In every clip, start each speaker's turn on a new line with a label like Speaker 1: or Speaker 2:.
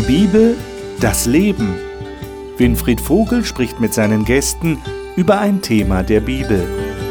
Speaker 1: Bibel, das Leben. Winfried Vogel spricht mit seinen Gästen über ein Thema der Bibel.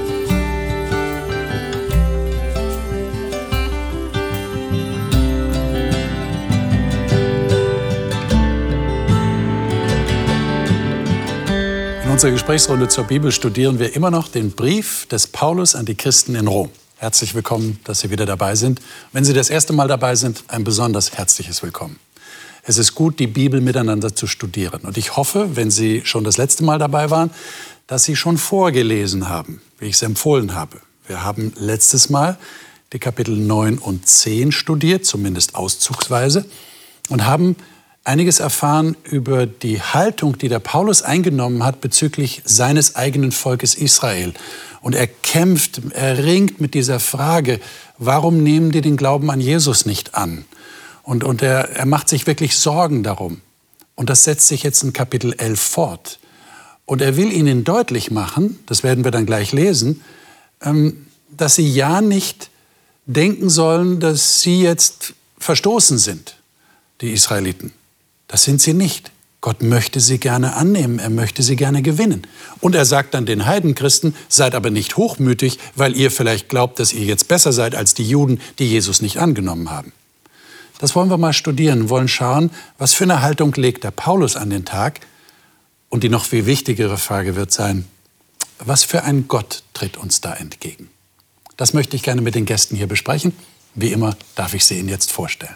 Speaker 2: In unserer Gesprächsrunde zur Bibel studieren wir immer noch den Brief des Paulus an die Christen in Rom. Herzlich willkommen, dass Sie wieder dabei sind. Wenn Sie das erste Mal dabei sind, ein besonders herzliches Willkommen. Es ist gut, die Bibel miteinander zu studieren. Und ich hoffe, wenn Sie schon das letzte Mal dabei waren, dass Sie schon vorgelesen haben, wie ich es empfohlen habe. Wir haben letztes Mal die Kapitel 9 und 10 studiert, zumindest auszugsweise, und haben einiges erfahren über die Haltung, die der Paulus eingenommen hat bezüglich seines eigenen Volkes Israel. Und er kämpft, er ringt mit dieser Frage, warum nehmen die den Glauben an Jesus nicht an? Und er macht sich wirklich Sorgen darum. Und das setzt sich jetzt in Kapitel 11 fort. Und er will ihnen deutlich machen, das werden wir dann gleich lesen, dass sie ja nicht denken sollen, dass sie jetzt verstoßen sind, die Israeliten. Das sind sie nicht. Gott möchte sie gerne annehmen, er möchte sie gerne gewinnen. Und er sagt dann den Heidenchristen, seid aber nicht hochmütig, weil ihr vielleicht glaubt, dass ihr jetzt besser seid als die Juden, die Jesus nicht angenommen haben. Das wollen wir mal studieren, wollen schauen, was für eine Haltung legt der Paulus an den Tag. Und die noch viel wichtigere Frage wird sein, was für ein Gott tritt uns da entgegen? Das möchte ich gerne mit den Gästen hier besprechen. Wie immer darf ich sie Ihnen jetzt vorstellen.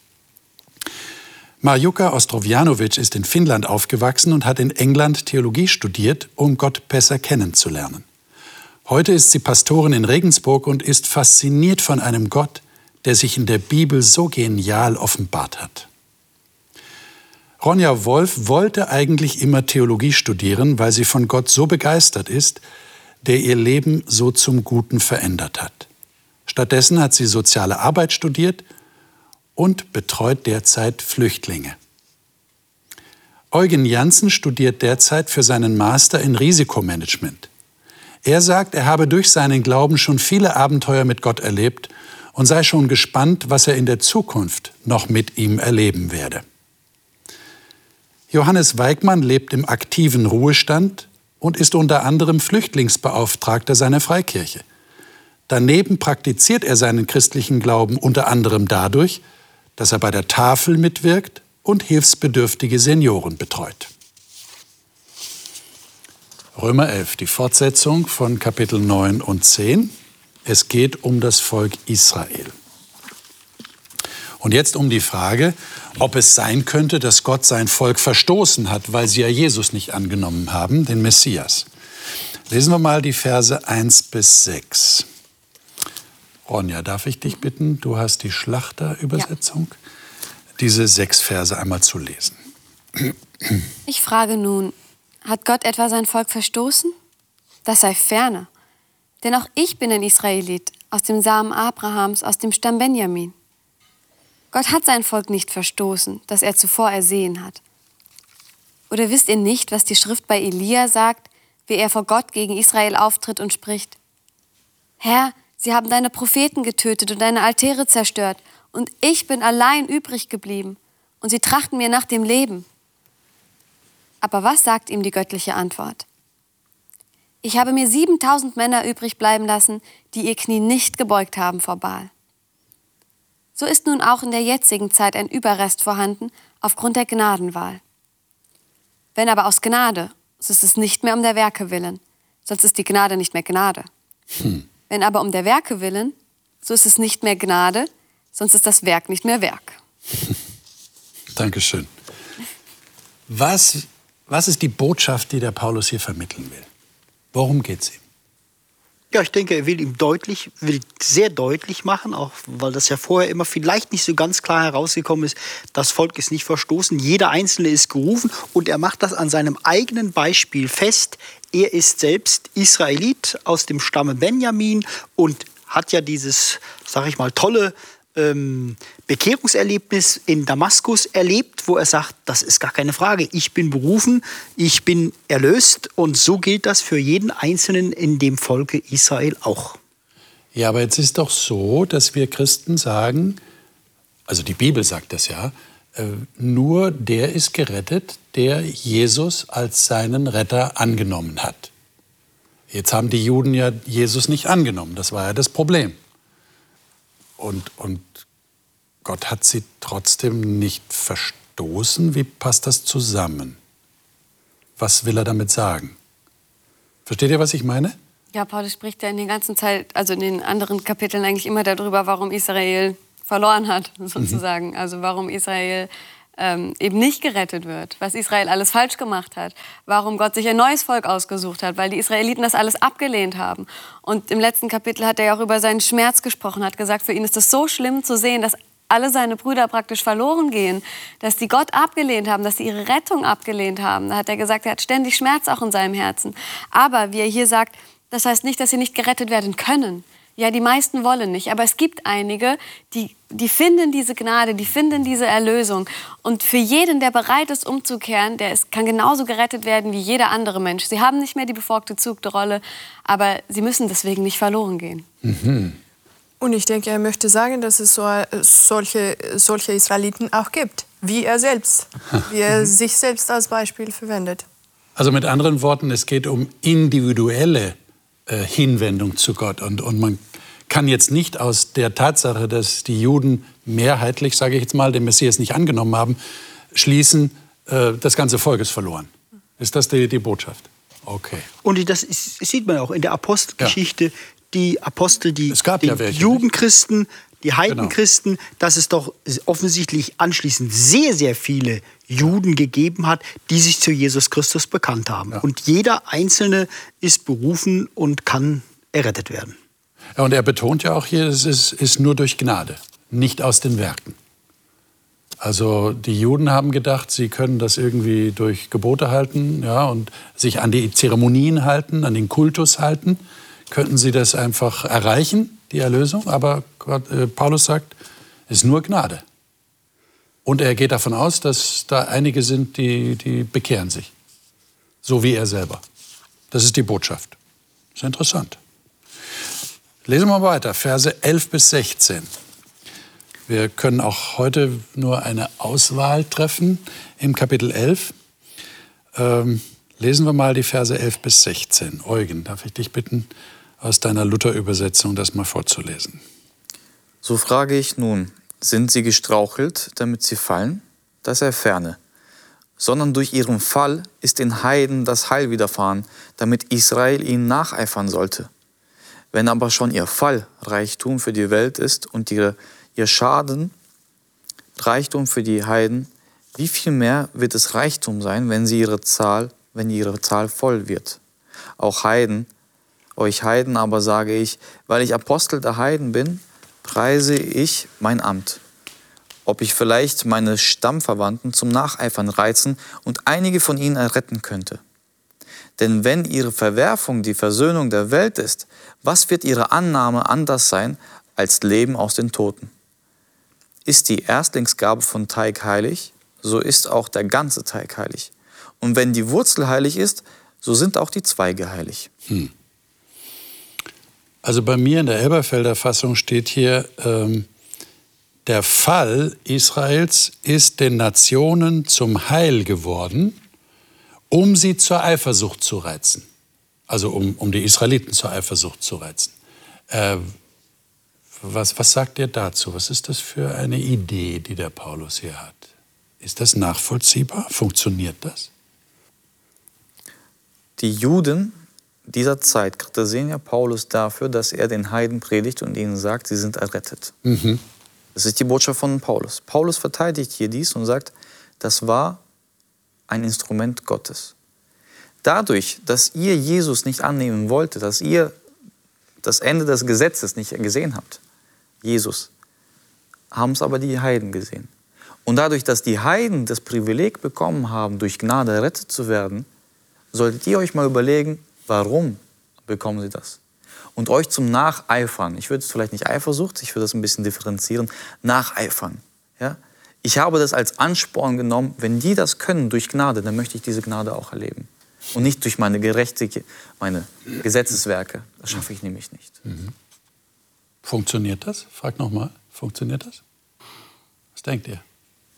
Speaker 2: Marjuka Ostrovjanovic ist in Finnland aufgewachsen und hat in England Theologie studiert, um Gott besser kennenzulernen. Heute ist sie Pastorin in Regensburg und ist fasziniert von einem Gott, der sich in der Bibel so genial offenbart hat. Ronja Wolf wollte eigentlich immer Theologie studieren, weil sie von Gott so begeistert ist, der ihr Leben so zum Guten verändert hat. Stattdessen hat sie soziale Arbeit studiert und betreut derzeit Flüchtlinge. Eugen Jansen studiert derzeit für seinen Master in Risikomanagement. Er sagt, er habe durch seinen Glauben schon viele Abenteuer mit Gott erlebt und sei schon gespannt, was er in der Zukunft noch mit ihm erleben werde. Johannes Weigmann lebt im aktiven Ruhestand und ist unter anderem Flüchtlingsbeauftragter seiner Freikirche. Daneben praktiziert er seinen christlichen Glauben unter anderem dadurch, dass er bei der Tafel mitwirkt und hilfsbedürftige Senioren betreut. Römer 11, die Fortsetzung von Kapitel 9 und 10. Es geht um das Volk Israel. Und jetzt um die Frage, ob es sein könnte, dass Gott sein Volk verstoßen hat, weil sie ja Jesus nicht angenommen haben, den Messias. Lesen wir mal die Verse 1 bis 6. Ronja, darf ich dich bitten, du hast die Schlachterübersetzung, diese 6 Verse einmal zu lesen.
Speaker 3: Ich frage nun, hat Gott etwa sein Volk verstoßen? Das sei ferne. Denn auch ich bin ein Israelit, aus dem Samen Abrahams, aus dem Stamm Benjamin. Gott hat sein Volk nicht verstoßen, das er zuvor ersehen hat. Oder wisst ihr nicht, was die Schrift bei Elia sagt, wie er vor Gott gegen Israel auftritt und spricht? Herr, sie haben deine Propheten getötet und deine Altäre zerstört, und ich bin allein übrig geblieben, und sie trachten mir nach dem Leben. Aber was sagt ihm die göttliche Antwort? Ich habe mir 7000 Männer übrig bleiben lassen, die ihr Knie nicht gebeugt haben vor Baal. So ist nun auch in der jetzigen Zeit ein Überrest vorhanden aufgrund der Gnadenwahl. Wenn aber aus Gnade, so ist es nicht mehr um der Werke willen, sonst ist die Gnade nicht mehr Gnade. Wenn aber um der Werke willen, so ist es nicht mehr Gnade, sonst ist das Werk nicht mehr Werk.
Speaker 2: Dankeschön. Was ist die Botschaft, die der Paulus hier vermitteln will? Worum geht's ihm?
Speaker 4: Ja, ich denke, er will sehr deutlich machen, auch weil das ja vorher immer vielleicht nicht so ganz klar herausgekommen ist, das Volk ist nicht verstoßen, jeder Einzelne ist gerufen und er macht das an seinem eigenen Beispiel fest. Er ist selbst Israelit aus dem Stamme Benjamin und hat ja dieses, sag ich mal, tolle Bekehrungserlebnis in Damaskus erlebt, wo er sagt, das ist gar keine Frage, ich bin berufen, ich bin erlöst und so gilt das für jeden Einzelnen in dem Volke Israel auch.
Speaker 2: Ja, aber jetzt ist doch so, dass wir Christen sagen, also die Bibel sagt das ja, Nur der ist gerettet, der Jesus als seinen Retter angenommen hat. Jetzt haben die Juden ja Jesus nicht angenommen. Das war ja das Problem. Und Gott hat sie trotzdem nicht verstoßen. Wie passt das zusammen? Was will er damit sagen? Versteht ihr, was ich meine?
Speaker 3: Ja, Paulus spricht ja in den ganzen Zeit, also in den anderen Kapiteln eigentlich immer darüber, warum Israel verloren hat, sozusagen. Also warum Israel eben nicht gerettet wird, was Israel alles falsch gemacht hat, warum Gott sich ein neues Volk ausgesucht hat, weil die Israeliten das alles abgelehnt haben. Und im letzten Kapitel hat er ja auch über seinen Schmerz gesprochen, hat gesagt, für ihn ist es so schlimm zu sehen, dass alle seine Brüder praktisch verloren gehen, dass die Gott abgelehnt haben, dass sie ihre Rettung abgelehnt haben. Da hat er gesagt, er hat ständig Schmerz auch in seinem Herzen. Aber wie er hier sagt, das heißt nicht, dass sie nicht gerettet werden können. Ja, die meisten wollen nicht, aber es gibt einige, die finden diese Gnade, die finden diese Erlösung. Und für jeden, der bereit ist, umzukehren, kann genauso gerettet werden wie jeder andere Mensch. Sie haben nicht mehr die bevorzugte Rolle, aber sie müssen deswegen nicht verloren gehen.
Speaker 2: Mhm.
Speaker 5: Und ich denke, er möchte sagen, dass es solche Israeliten auch gibt, wie er selbst, wie er sich selbst als Beispiel verwendet.
Speaker 2: Also mit anderen Worten, es geht um individuelle Hinwendung zu Gott. Und man kann jetzt nicht aus der Tatsache, dass die Juden mehrheitlich, sage ich jetzt mal, den Messias nicht angenommen haben, schließen, das ganze Volk ist verloren. Ist das die Botschaft? Okay.
Speaker 4: Und das sieht man auch in der Apostelgeschichte. Ja. Die Apostel, die Judenchristen, die Heidenchristen, dass es doch offensichtlich anschließend sehr, sehr viele Juden gegeben hat, die sich zu Jesus Christus bekannt haben. Ja. Und jeder Einzelne ist berufen und kann errettet werden.
Speaker 2: Ja, und er betont ja auch hier, es ist nur durch Gnade, nicht aus den Werken. Also die Juden haben gedacht, sie können das irgendwie durch Gebote halten, ja, und sich an die Zeremonien halten, an den Kultus halten. Könnten sie das einfach erreichen, die Erlösung? Aber Paulus sagt, es ist nur Gnade. Und er geht davon aus, dass da einige sind, die bekehren sich. So wie er selber. Das ist die Botschaft. Das ist interessant. Lesen wir weiter, Verse 11 bis 16. Wir können auch heute nur eine Auswahl treffen im Kapitel 11. Lesen wir mal die Verse 11 bis 16. Eugen, darf ich dich bitten, aus deiner Luther-Übersetzung das mal vorzulesen?
Speaker 6: So frage ich nun, sind sie gestrauchelt, damit sie fallen? Das sei ferne. Sondern durch ihren Fall ist den Heiden das Heil widerfahren, damit Israel ihnen nacheifern sollte. Wenn aber schon ihr Fall Reichtum für die Welt ist und ihr Schaden Reichtum für die Heiden, wie viel mehr wird es Reichtum sein, wenn ihre Zahl voll wird? Auch euch Heiden aber sage ich, weil ich Apostel der Heiden bin, preise ich mein Amt. Ob ich vielleicht meine Stammverwandten zum Nacheifern reizen und einige von ihnen erretten könnte. Denn wenn ihre Verwerfung die Versöhnung der Welt ist, was wird ihre Annahme anders sein als Leben aus den Toten? Ist die Erstlingsgabe von Teig heilig, so ist auch der ganze Teig heilig. Und wenn die Wurzel heilig ist, so sind auch die Zweige heilig.
Speaker 2: Also bei mir in der Elberfelder Fassung steht hier, der Fall Israels ist den Nationen zum Heil geworden, um sie zur Eifersucht zu reizen. Also um die Israeliten zur Eifersucht zu reizen. Was sagt ihr dazu? Was ist das für eine Idee, die der Paulus hier hat? Ist das nachvollziehbar? Funktioniert das?
Speaker 6: Die Juden dieser Zeit kritisieren ja Paulus dafür, dass er den Heiden predigt und ihnen sagt, sie sind errettet. Mhm. Das ist die Botschaft von Paulus. Paulus verteidigt hier dies und sagt, das war ein Instrument Gottes. Dadurch, dass ihr Jesus nicht annehmen wolltet, dass ihr das Ende des Gesetzes nicht gesehen habt, Jesus, haben es aber die Heiden gesehen. Und dadurch, dass die Heiden das Privileg bekommen haben, durch Gnade errettet zu werden, solltet ihr euch mal überlegen, warum bekommen sie das? Und euch zum Nacheifern, ich würde es vielleicht nicht Eifersucht, ich würde das ein bisschen differenzieren, Nacheifern. Ja? Ich habe das als Ansporn genommen, wenn die das können durch Gnade, dann möchte ich diese Gnade auch erleben. Und nicht durch meine Gesetzeswerke. Das schaffe ich nämlich nicht.
Speaker 2: Mhm. Funktioniert das? Frag nochmal. Funktioniert das? Was denkt ihr?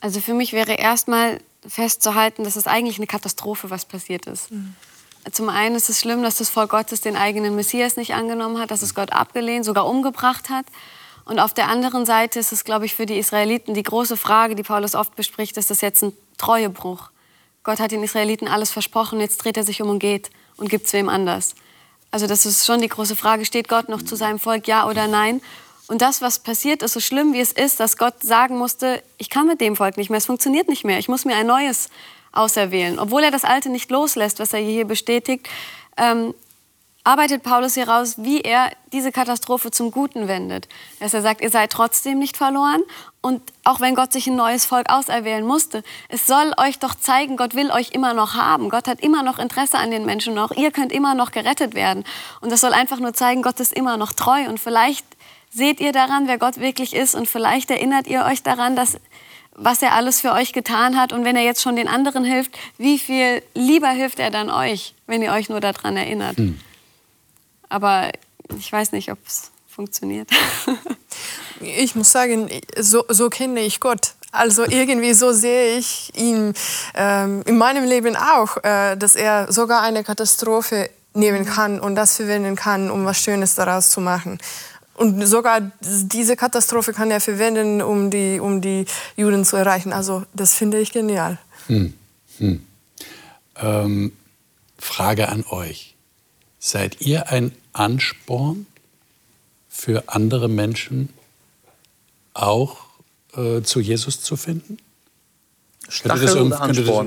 Speaker 3: Also für mich wäre erstmal festzuhalten, dass es eigentlich eine Katastrophe, was passiert ist. Zum einen ist es schlimm, dass das Volk Gottes den eigenen Messias nicht angenommen hat, dass es Gott abgelehnt, sogar umgebracht hat. Und auf der anderen Seite ist es, glaube ich, für die Israeliten die große Frage, die Paulus oft bespricht, ist das jetzt ein Treuebruch? Gott hat den Israeliten alles versprochen, jetzt dreht er sich um und geht und gibt es wem anders. Also das ist schon die große Frage, steht Gott noch zu seinem Volk, ja oder nein? Und das, was passiert, ist so schlimm, wie es ist, dass Gott sagen musste, ich kann mit dem Volk nicht mehr, es funktioniert nicht mehr, ich muss mir ein neues auserwählen. Obwohl er das Alte nicht loslässt, was er hier bestätigt, arbeitet Paulus hier raus, wie er diese Katastrophe zum Guten wendet. Dass er sagt, ihr seid trotzdem nicht verloren und auch wenn Gott sich ein neues Volk auserwählen musste, es soll euch doch zeigen, Gott will euch immer noch haben. Gott hat immer noch Interesse an den Menschen und auch ihr könnt immer noch gerettet werden. Und das soll einfach nur zeigen, Gott ist immer noch treu und vielleicht seht ihr daran, wer Gott wirklich ist und vielleicht erinnert ihr euch daran, dass was er alles für euch getan hat. Und wenn er jetzt schon den anderen hilft, wie viel lieber hilft er dann euch, wenn ihr euch nur daran erinnert. Aber ich weiß nicht, ob es funktioniert.
Speaker 5: Ich muss sagen, so kenne ich Gott. Also irgendwie so sehe ich ihn in meinem Leben auch, dass er sogar eine Katastrophe nehmen kann und das verwenden kann, um was Schönes daraus zu machen. Und sogar diese Katastrophe kann er verwenden, um die Juden zu erreichen. Also das finde ich genial.
Speaker 2: Frage an euch. Seid ihr ein Ansporn für andere Menschen, auch zu Jesus zu finden?
Speaker 6: Stachel oder Ansporn?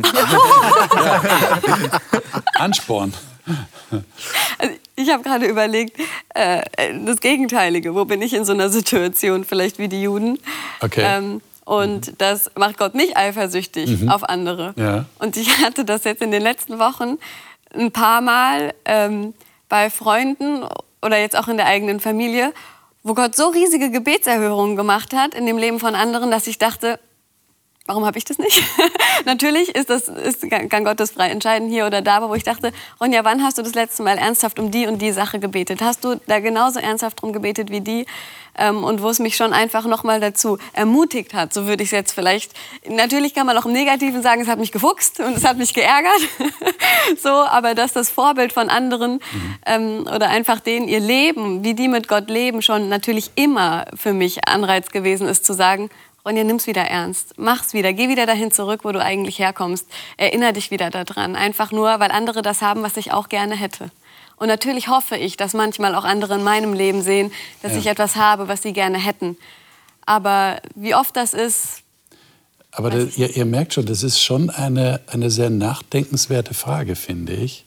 Speaker 2: Ansporn.
Speaker 3: Also ich habe gerade überlegt, das Gegenteilige. Wo bin ich in so einer Situation, vielleicht wie die Juden?
Speaker 2: Okay.
Speaker 3: Und das macht Gott mich eifersüchtig auf andere.
Speaker 2: Ja.
Speaker 3: Und ich hatte das jetzt in den letzten Wochen ein paar Mal bei Freunden oder jetzt auch in der eigenen Familie, wo Gott so riesige Gebetserhörungen gemacht hat in dem Leben von anderen, dass ich dachte, warum habe ich das nicht? Natürlich kann Gott das frei entscheiden, hier oder da, aber wo ich dachte, Ronja, wann hast du das letzte Mal ernsthaft um die und die Sache gebetet? Hast du da genauso ernsthaft drum gebetet wie die? Und wo es mich schon einfach noch mal dazu ermutigt hat, so würde ich es jetzt vielleicht, natürlich kann man auch im Negativen sagen, es hat mich gefuchst und es hat mich geärgert, so, aber dass das Vorbild von anderen oder einfach denen ihr Leben, wie die mit Gott leben, schon natürlich immer für mich Anreiz gewesen ist, zu sagen, Ronja, nimm's wieder ernst, mach's wieder, geh wieder dahin zurück, wo du eigentlich herkommst, erinnere dich wieder daran, einfach nur, weil andere das haben, was ich auch gerne hätte. Und natürlich hoffe ich, dass manchmal auch andere in meinem Leben sehen, dass ich etwas habe, was sie gerne hätten. Aber wie oft das ist...
Speaker 2: Aber ihr merkt schon, das ist schon eine sehr nachdenkenswerte Frage, finde ich.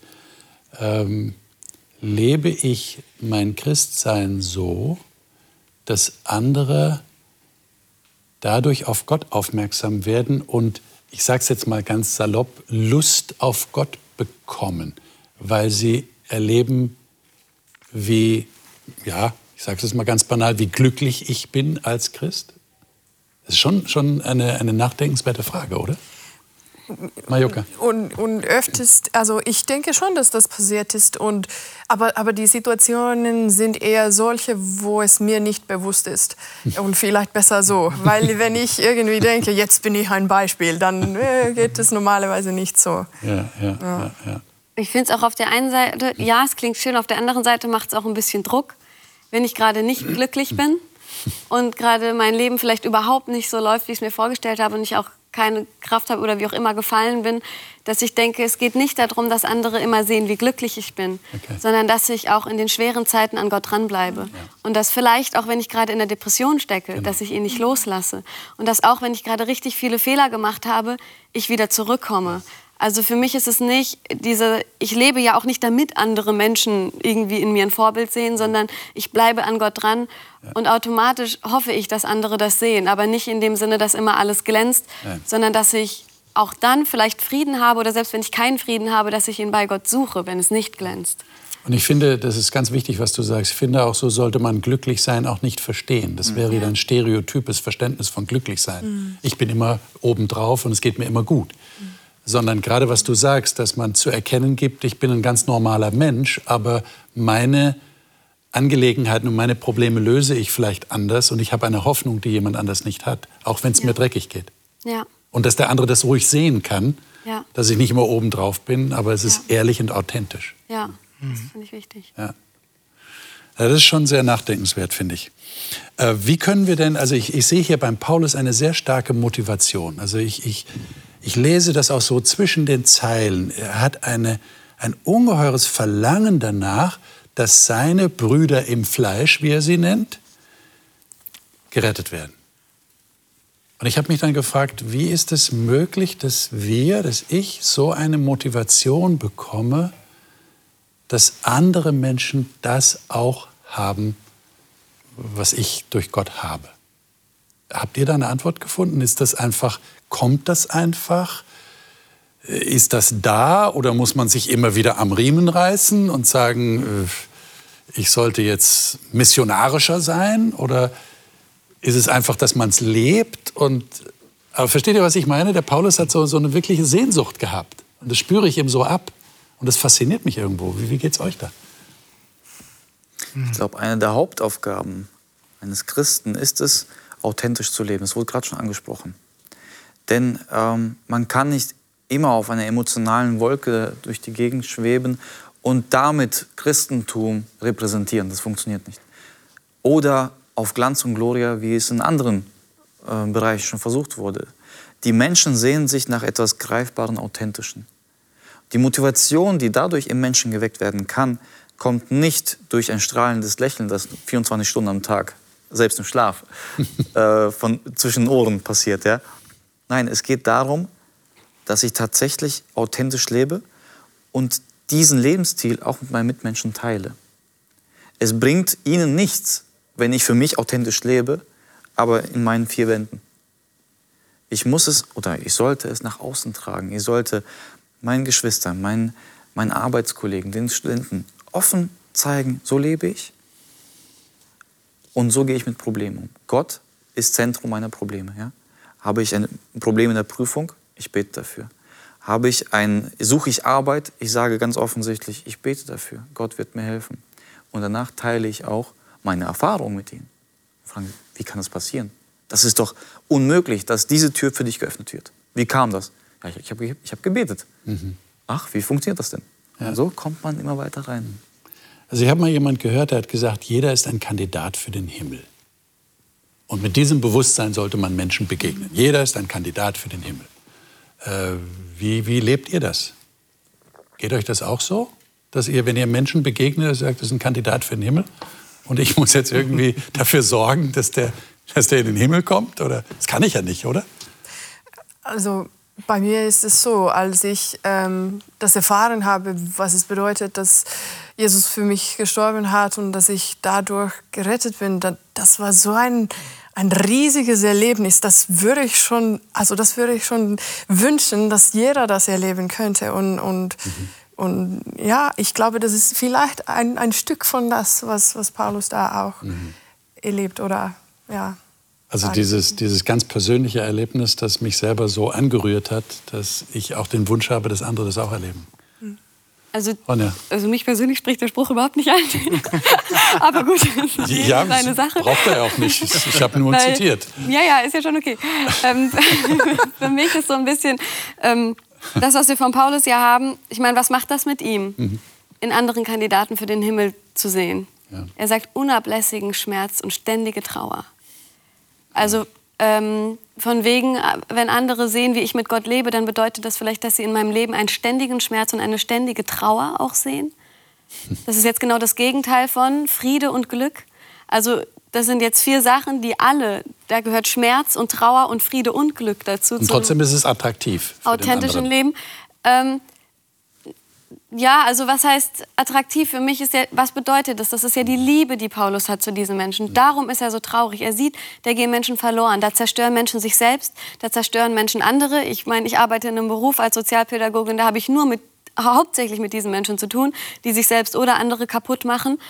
Speaker 2: Lebe ich mein Christsein so, dass andere dadurch auf Gott aufmerksam werden und, ich sage es jetzt mal ganz salopp, Lust auf Gott bekommen, weil sie erleben, wie, ja, ich sage es mal ganz banal, wie glücklich ich bin als Christ? Das ist schon eine nachdenkenswerte Frage, oder? Majoka.
Speaker 5: Und öfters, also ich denke schon, dass das passiert ist. Aber die Situationen sind eher solche, wo es mir nicht bewusst ist. Und vielleicht besser so. Weil wenn ich irgendwie denke, jetzt bin ich ein Beispiel, dann geht es normalerweise nicht so.
Speaker 2: Ja.
Speaker 3: Ich finde es auch auf der einen Seite, ja, es klingt schön, auf der anderen Seite macht es auch ein bisschen Druck, wenn ich gerade nicht glücklich bin und gerade mein Leben vielleicht überhaupt nicht so läuft, wie ich es mir vorgestellt habe und ich auch keine Kraft habe oder wie auch immer gefallen bin, dass ich denke, es geht nicht darum, dass andere immer sehen, wie glücklich ich bin, sondern dass ich auch in den schweren Zeiten an Gott dranbleibe. Ja. Und dass vielleicht auch, wenn ich gerade in der Depression stecke, dass ich ihn nicht loslasse. Und dass auch, wenn ich gerade richtig viele Fehler gemacht habe, ich wieder zurückkomme. Also für mich ist es nicht ich lebe ja auch nicht, damit andere Menschen irgendwie in mir ein Vorbild sehen, sondern ich bleibe an Gott dran und automatisch hoffe ich, dass andere das sehen. Aber nicht in dem Sinne, dass immer alles glänzt, sondern dass ich auch dann vielleicht Frieden habe oder selbst wenn ich keinen Frieden habe, dass ich ihn bei Gott suche, wenn es nicht glänzt.
Speaker 2: Und ich finde, das ist ganz wichtig, was du sagst. Ich finde auch, so sollte man glücklich sein auch nicht verstehen. Das wäre wieder ein stereotypes Verständnis von glücklich sein. Ich bin immer obendrauf und es geht mir immer gut. Sondern gerade was du sagst, dass man zu erkennen gibt, ich bin ein ganz normaler Mensch, aber meine Angelegenheiten und meine Probleme löse ich vielleicht anders und ich habe eine Hoffnung, die jemand anders nicht hat, auch wenn es mir dreckig geht.
Speaker 3: Ja.
Speaker 2: Und dass der andere das ruhig sehen kann,
Speaker 3: Ja.
Speaker 2: dass ich nicht immer oben drauf bin, aber es ist ehrlich und authentisch.
Speaker 3: Ja, das finde ich wichtig.
Speaker 2: Ja. Ja, das ist schon sehr nachdenkenswert, finde ich. Wie können wir denn, also ich sehe hier beim Paulus eine sehr starke Motivation. Also ich lese das auch so zwischen den Zeilen. Er hat ein ungeheures Verlangen danach, dass seine Brüder im Fleisch, wie er sie nennt, gerettet werden. Und ich habe mich dann gefragt, wie ist es möglich, dass ich so eine Motivation bekomme, dass andere Menschen das auch haben, was ich durch Gott habe. Habt ihr da eine Antwort gefunden? Kommt das einfach? Ist das da oder muss man sich immer wieder am Riemen reißen und sagen, ich sollte jetzt missionarischer sein? Oder ist es einfach, dass man es lebt? Aber versteht ihr, was ich meine? Der Paulus hat so eine wirkliche Sehnsucht gehabt. Und das spüre ich ihm so ab. Und das fasziniert mich irgendwo. Wie geht's euch da?
Speaker 6: Ich glaube, eine der Hauptaufgaben eines Christen ist es, authentisch zu leben. Das wurde gerade schon angesprochen. Denn man kann nicht immer auf einer emotionalen Wolke durch die Gegend schweben und damit Christentum repräsentieren. Das funktioniert nicht. Oder auf Glanz und Gloria, wie es in anderen Bereichen schon versucht wurde. Die Menschen sehnen sich nach etwas Greifbaren, Authentischen. Die Motivation, die dadurch im Menschen geweckt werden kann, kommt nicht durch ein strahlendes Lächeln, das 24 Stunden am Tag, selbst im Schlaf, zwischen den Ohren passiert. Ja? Nein, es geht darum, dass ich tatsächlich authentisch lebe und diesen Lebensstil auch mit meinen Mitmenschen teile. Es bringt ihnen nichts, wenn ich für mich authentisch lebe, aber in meinen vier Wänden. Ich sollte es nach außen tragen. Ich sollte meinen Geschwistern, meinen Arbeitskollegen, den Studenten offen zeigen, so lebe ich und so gehe ich mit Problemen um. Gott ist Zentrum meiner Probleme. Ja? Habe ich ein Problem in der Prüfung? Ich bete dafür. Suche ich Arbeit? Ich sage ganz offensichtlich, ich bete dafür. Gott wird mir helfen. Und danach teile ich auch meine Erfahrung mit ihnen. Fragen, wie kann das passieren? Das ist doch unmöglich, dass diese Tür für dich geöffnet wird. Wie kam das? Ja, ich hab gebetet. Mhm. Ach, wie funktioniert das denn? Ja. Und so kommt man immer weiter rein.
Speaker 2: Also ich habe mal jemand gehört, der hat gesagt, jeder ist ein Kandidat für den Himmel. Und mit diesem Bewusstsein sollte man Menschen begegnen. Jeder ist ein Kandidat für den Himmel. Wie lebt ihr das? Geht euch das auch so? Dass ihr, wenn ihr Menschen begegnet, sagt, das ist ein Kandidat für den Himmel und ich muss jetzt irgendwie dafür sorgen, dass der in den Himmel kommt? Oder? Das kann ich ja nicht, oder?
Speaker 5: Also bei mir ist es so, als ich das erfahren habe, was es bedeutet, dass Jesus für mich gestorben hat und dass ich dadurch gerettet bin, das war so ein riesiges Erlebnis. Das würde ich schon wünschen, dass jeder das erleben könnte. Und ja, ich glaube, das ist vielleicht ein Stück von das, was Paulus da auch erlebt oder ja.
Speaker 2: Also dieses ganz persönliche Erlebnis, das mich selber so angerührt hat, dass ich auch den Wunsch habe, dass andere das auch erleben.
Speaker 3: Also mich persönlich spricht der Spruch überhaupt nicht an. Aber gut, das ist eine Sache.
Speaker 2: Braucht er auch nicht. Ich habe nur zitiert.
Speaker 3: Ja, ist ja schon okay. Für mich ist so ein bisschen das, was wir von Paulus ja haben. Ich meine, was macht das mit ihm, in anderen Kandidaten für den Himmel zu sehen? Ja. Er sagt unablässigen Schmerz und ständige Trauer. Also von wegen, wenn andere sehen, wie ich mit Gott lebe, dann bedeutet das vielleicht, dass sie in meinem Leben einen ständigen Schmerz und eine ständige Trauer auch sehen. Das ist jetzt genau das Gegenteil von Friede und Glück. Also das sind jetzt 4 Sachen, da gehört Schmerz und Trauer und Friede und Glück dazu.
Speaker 2: Und trotzdem ist es attraktiv.
Speaker 3: Authentischen Leben. Ja, also was heißt attraktiv? Für mich ist ja, was bedeutet das? Das ist ja die Liebe, die Paulus hat zu diesen Menschen. Darum ist er so traurig. Er sieht, da gehen Menschen verloren. Da zerstören Menschen sich selbst, da zerstören Menschen andere. Ich meine, ich arbeite in einem Beruf als Sozialpädagogin, da habe ich hauptsächlich mit diesen Menschen zu tun, die sich selbst oder andere kaputt machen.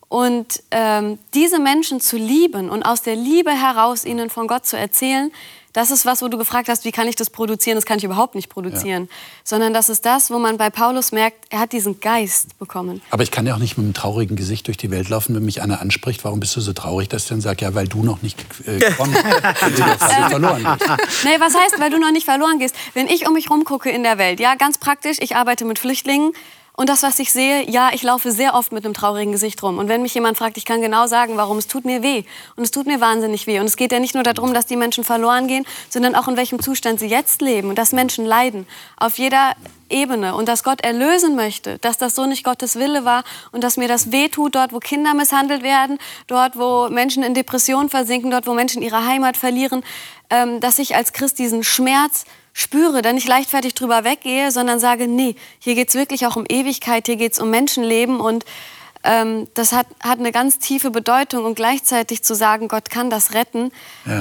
Speaker 3: Und diese Menschen zu lieben und aus der Liebe heraus ihnen von Gott zu erzählen, Das ist was, wo du gefragt hast, wie kann ich das produzieren? Das kann ich überhaupt nicht produzieren. Sondern das ist das, wo man bei Paulus merkt, er hat diesen Geist bekommen.
Speaker 2: Aber ich kann ja auch nicht mit einem traurigen Gesicht durch die Welt laufen, wenn mich einer anspricht, warum bist du so traurig, dass ich dann sage, ja, weil du noch nicht gekommen bist, verloren gehst.
Speaker 3: Nee, was heißt, weil du noch nicht verloren gehst? Wenn ich um mich rumgucke in der Welt, ja, ganz praktisch, ich arbeite mit Flüchtlingen, und das, was ich sehe, ja, ich laufe sehr oft mit einem traurigen Gesicht rum. Und wenn mich jemand fragt, ich kann genau sagen, warum, es tut mir weh. Und es tut mir wahnsinnig weh. Und es geht ja nicht nur darum, dass die Menschen verloren gehen, sondern auch in welchem Zustand sie jetzt leben. Und dass Menschen leiden. Auf jeder Ebene. Und dass Gott erlösen möchte. Dass das so nicht Gottes Wille war. Und dass mir das weh tut, dort, wo Kinder misshandelt werden. Dort, wo Menschen in Depressionen versinken. Dort, wo Menschen ihre Heimat verlieren. Dass ich als Christ diesen Schmerz spüre, dann nicht leichtfertig drüber weggehe, sondern sage, nee, hier geht es wirklich auch um Ewigkeit, hier geht es um Menschenleben und das hat eine ganz tiefe Bedeutung und gleichzeitig zu sagen, Gott kann das retten,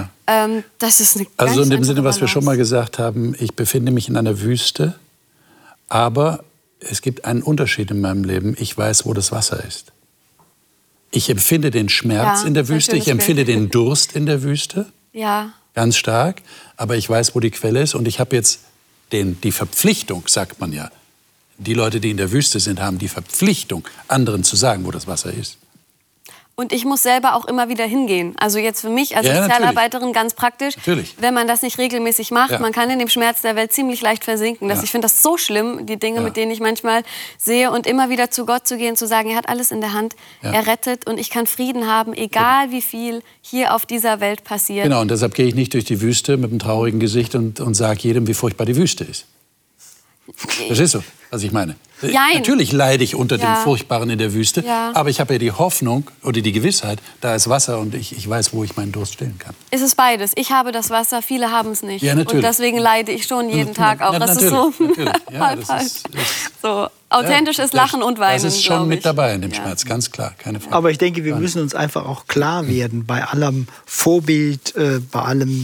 Speaker 3: das ist eine ganz
Speaker 2: Also in dem Sinne,
Speaker 3: andere
Speaker 2: was wir schon mal gesagt haben, ich befinde mich in einer Wüste, aber es gibt einen Unterschied in meinem Leben, ich weiß, wo das Wasser ist. Ich empfinde den Schmerz in der Wüste, ich empfinde den Durst in der Wüste.
Speaker 3: Ja.
Speaker 2: Ganz stark, aber ich weiß, wo die Quelle ist und ich habe jetzt die Verpflichtung, sagt man ja. Die Leute, die in der Wüste sind, haben die Verpflichtung, anderen zu sagen, wo das Wasser ist.
Speaker 3: Und ich muss selber auch immer wieder hingehen. Also jetzt für mich als Sozialarbeiterin ganz praktisch, wenn man das nicht regelmäßig macht, man kann in dem Schmerz der Welt ziemlich leicht versinken. Ich finde das so schlimm, die Dinge, mit denen ich manchmal sehe. Und immer wieder zu Gott zu gehen, zu sagen, er hat alles in der Hand, er rettet und ich kann Frieden haben, egal wie viel hier auf dieser Welt passiert.
Speaker 2: Genau, und deshalb gehe ich nicht durch die Wüste mit einem traurigen Gesicht und sage jedem, wie furchtbar die Wüste ist. Verstehst du, was ich meine?
Speaker 3: Jein.
Speaker 2: Natürlich leide ich unter dem Furchtbaren in der Wüste, aber ich habe ja die Hoffnung oder die Gewissheit, da ist Wasser und ich weiß, wo ich meinen Durst stillen kann.
Speaker 3: Es ist beides. Ich habe das Wasser, viele haben es nicht.
Speaker 2: Ja, natürlich.
Speaker 3: Und deswegen leide ich schon jeden Tag auch. Das ist so,
Speaker 2: ja, das ist
Speaker 3: so authentisches Lachen und Weinen.
Speaker 2: Das ist schon mit dabei in dem Schmerz, ganz klar, keine Frage.
Speaker 4: Aber ich denke, wir müssen uns einfach auch klar werden, bei allem Vorbild, bei allem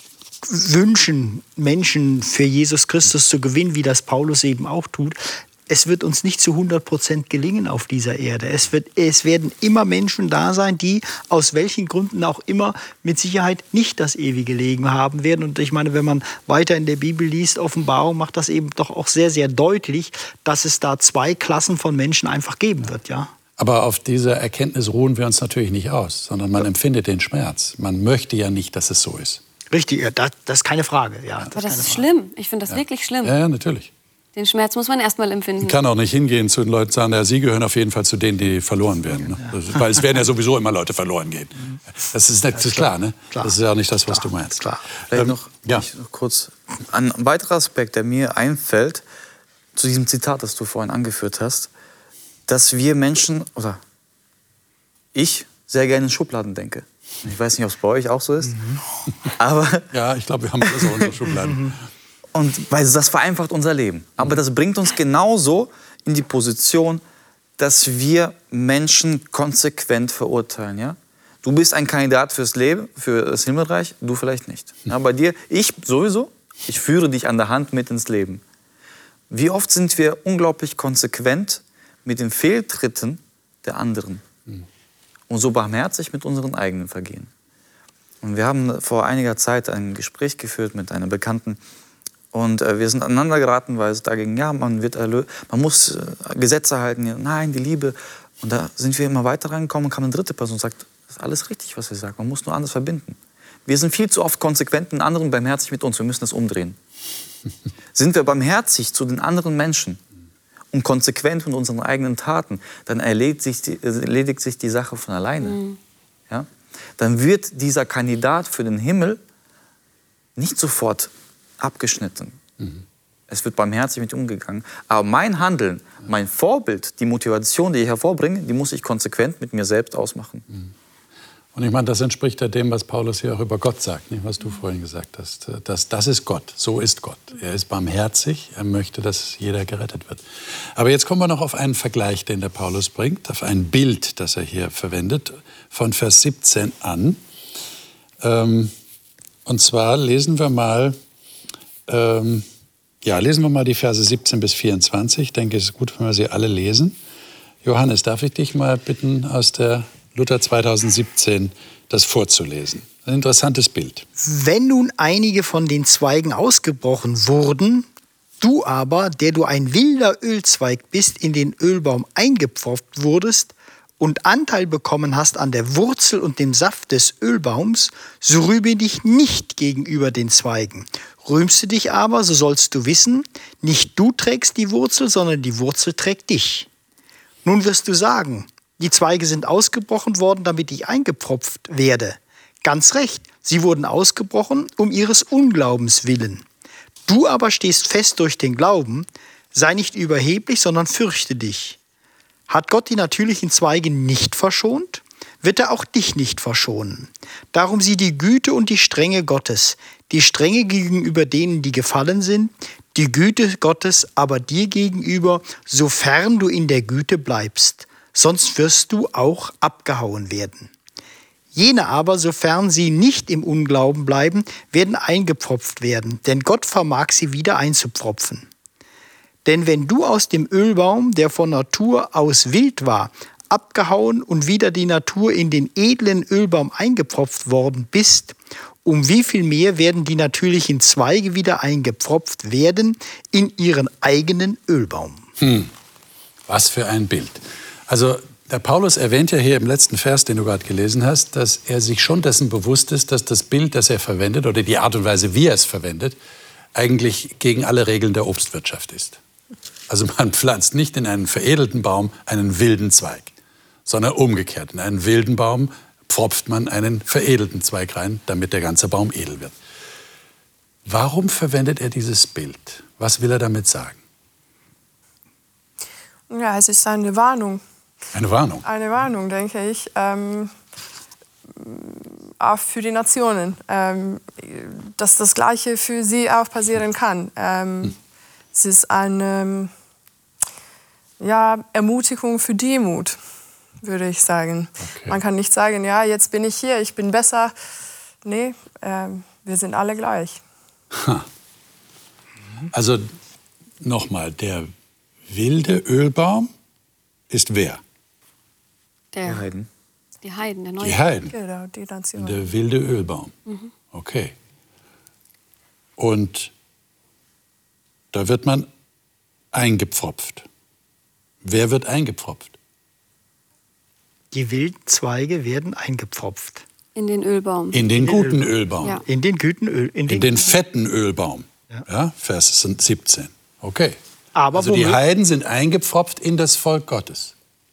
Speaker 4: Wünschen, Menschen für Jesus Christus zu gewinnen, wie das Paulus eben auch tut. Es wird uns nicht zu 100% gelingen auf dieser Erde. Es werden immer Menschen da sein, die aus welchen Gründen auch immer mit Sicherheit nicht das ewige Leben haben werden. Und ich meine, wenn man weiter in der Bibel liest, Offenbarung macht das eben doch auch sehr, sehr deutlich, dass es da zwei Klassen von Menschen einfach geben wird, ja.
Speaker 2: Aber auf dieser Erkenntnis ruhen wir uns natürlich nicht aus, sondern man empfindet den Schmerz. Man möchte ja nicht, dass es so ist.
Speaker 4: Richtig, ja, das ist keine Frage. Ja,
Speaker 3: aber das ist schlimm. Ich finde das wirklich schlimm.
Speaker 2: Ja, natürlich.
Speaker 3: Den Schmerz muss man erst mal empfinden.
Speaker 2: Man kann auch nicht hingehen zu den Leuten und sagen, ja, sie gehören auf jeden Fall zu denen, die verloren werden. Ne? Weil es werden ja sowieso immer Leute verloren gehen. Das ist klar, ne? Das ist ja auch nicht das, was du meinst.
Speaker 4: Klar.
Speaker 6: Vielleicht noch kurz ein weiterer Aspekt, der mir einfällt, zu diesem Zitat, das du vorhin angeführt hast, dass wir Menschen, oder ich, sehr gerne in Schubladen denke. Ich weiß nicht, ob es bei euch auch so ist. Aber
Speaker 2: ja, ich glaube, wir haben alles auch unsere Schubladen.
Speaker 6: Und weil das vereinfacht unser Leben. Aber das bringt uns genauso in die Position, dass wir Menschen konsequent verurteilen. Ja? Du bist ein Kandidat fürs Leben, für das Himmelreich, du vielleicht nicht. Ja, bei dir, ich sowieso, ich führe dich an der Hand mit ins Leben. Wie oft sind wir unglaublich konsequent mit den Fehltritten der anderen und so barmherzig mit unseren eigenen Vergehen. Und wir haben vor einiger Zeit ein Gespräch geführt mit einer Bekannten und wir sind aneinander geraten, weil es da ging, ja, man muss Gesetze halten, nein, die Liebe. Und da sind wir immer weiter reingekommen und kam eine dritte Person und sagt, das ist alles richtig, was wir sagen, man muss nur anders verbinden. Wir sind viel zu oft konsequent mit anderen, barmherzig mit uns, wir müssen das umdrehen. Sind wir barmherzig zu den anderen Menschen und konsequent mit unseren eigenen Taten, dann erledigt sich die Sache von alleine. Ja? Dann wird dieser Kandidat für den Himmel nicht sofort abgeschnitten. Es wird barmherzig mit umgegangen. Aber mein Handeln, mein Vorbild, die Motivation, die ich hervorbringe, die muss ich konsequent mit mir selbst ausmachen.
Speaker 2: Und ich meine, das entspricht ja dem, was Paulus hier auch über Gott sagt, nicht? Was du vorhin gesagt hast. Das ist Gott, so ist Gott. Er ist barmherzig, er möchte, dass jeder gerettet wird. Aber jetzt kommen wir noch auf einen Vergleich, den der Paulus bringt, auf ein Bild, das er hier verwendet, von Vers 17 an. Und zwar lesen wir mal die Verse 17 bis 24. Ich denke, es ist gut, wenn wir sie alle lesen. Johannes, darf ich dich mal bitten, aus der Luther 2017 das vorzulesen. Ein interessantes Bild.
Speaker 4: Wenn nun einige von den Zweigen ausgebrochen wurden, du aber, der du ein wilder Ölzweig bist, in den Ölbaum eingepfropft wurdest und Anteil bekommen hast an der Wurzel und dem Saft des Ölbaums, so rühme dich nicht gegenüber den Zweigen. Rühmst du dich aber, so sollst du wissen, nicht du trägst die Wurzel, sondern die Wurzel trägt dich. Nun wirst du sagen, die Zweige sind ausgebrochen worden, damit ich eingepfropft werde. Ganz recht, sie wurden ausgebrochen um ihres Unglaubens willen. Du aber stehst fest durch den Glauben, sei nicht überheblich, sondern fürchte dich. Hat Gott die natürlichen Zweige nicht verschont, wird er auch dich nicht verschonen. Darum sieh die Güte und die Strenge Gottes, die Strenge gegenüber denen, die gefallen sind, die Güte Gottes aber dir gegenüber, sofern du in der Güte bleibst, sonst wirst du auch abgehauen werden. Jene aber, sofern sie nicht im Unglauben bleiben, werden eingepfropft werden, denn Gott vermag sie wieder einzupfropfen. Denn wenn du aus dem Ölbaum, der von Natur aus wild war, abgehauen und wieder die Natur in den edlen Ölbaum eingepfropft worden bist, um wie viel mehr werden die natürlichen Zweige wieder eingepfropft werden in ihren eigenen Ölbaum.
Speaker 2: Was für ein Bild. Also der Paulus erwähnt ja hier im letzten Vers, den du gerade gelesen hast, dass er sich schon dessen bewusst ist, dass das Bild, das er verwendet, oder die Art und Weise, wie er es verwendet, eigentlich gegen alle Regeln der Obstwirtschaft ist. Also man pflanzt nicht in einen veredelten Baum einen wilden Zweig, sondern umgekehrt. In einen wilden Baum pfropft man einen veredelten Zweig rein, damit der ganze Baum edel wird. Warum verwendet er dieses Bild? Was will er damit sagen?
Speaker 5: Ja, es ist eine Warnung.
Speaker 2: Eine Warnung?
Speaker 5: Eine Warnung, denke ich, auch für die Nationen, dass das Gleiche für sie auch passieren kann. Es ist eine Ermutigung für Demut, würde ich sagen. Okay. Man kann nicht sagen, ja, jetzt bin ich hier, ich bin besser. Nee, wir sind alle gleich.
Speaker 2: Also nochmal, der wilde Ölbaum ist wer?
Speaker 6: Die Heiden.
Speaker 3: Die Heiden, der neue.
Speaker 2: Die Heiden.
Speaker 5: Genau, die Nation.
Speaker 2: Der wilde Ölbaum. Okay. Und da wird man eingepfropft. Wer wird eingepfropft?
Speaker 4: Die wilden Zweige werden eingepfropft.
Speaker 3: In den Ölbaum.
Speaker 2: In den guten Ölbaum.
Speaker 3: Ja.
Speaker 4: In den guten
Speaker 2: In den fetten Ölbaum. Ja, Vers 17. Okay.
Speaker 4: Aber
Speaker 2: also die Heiden sind eingepfropft in das Volk Gottes.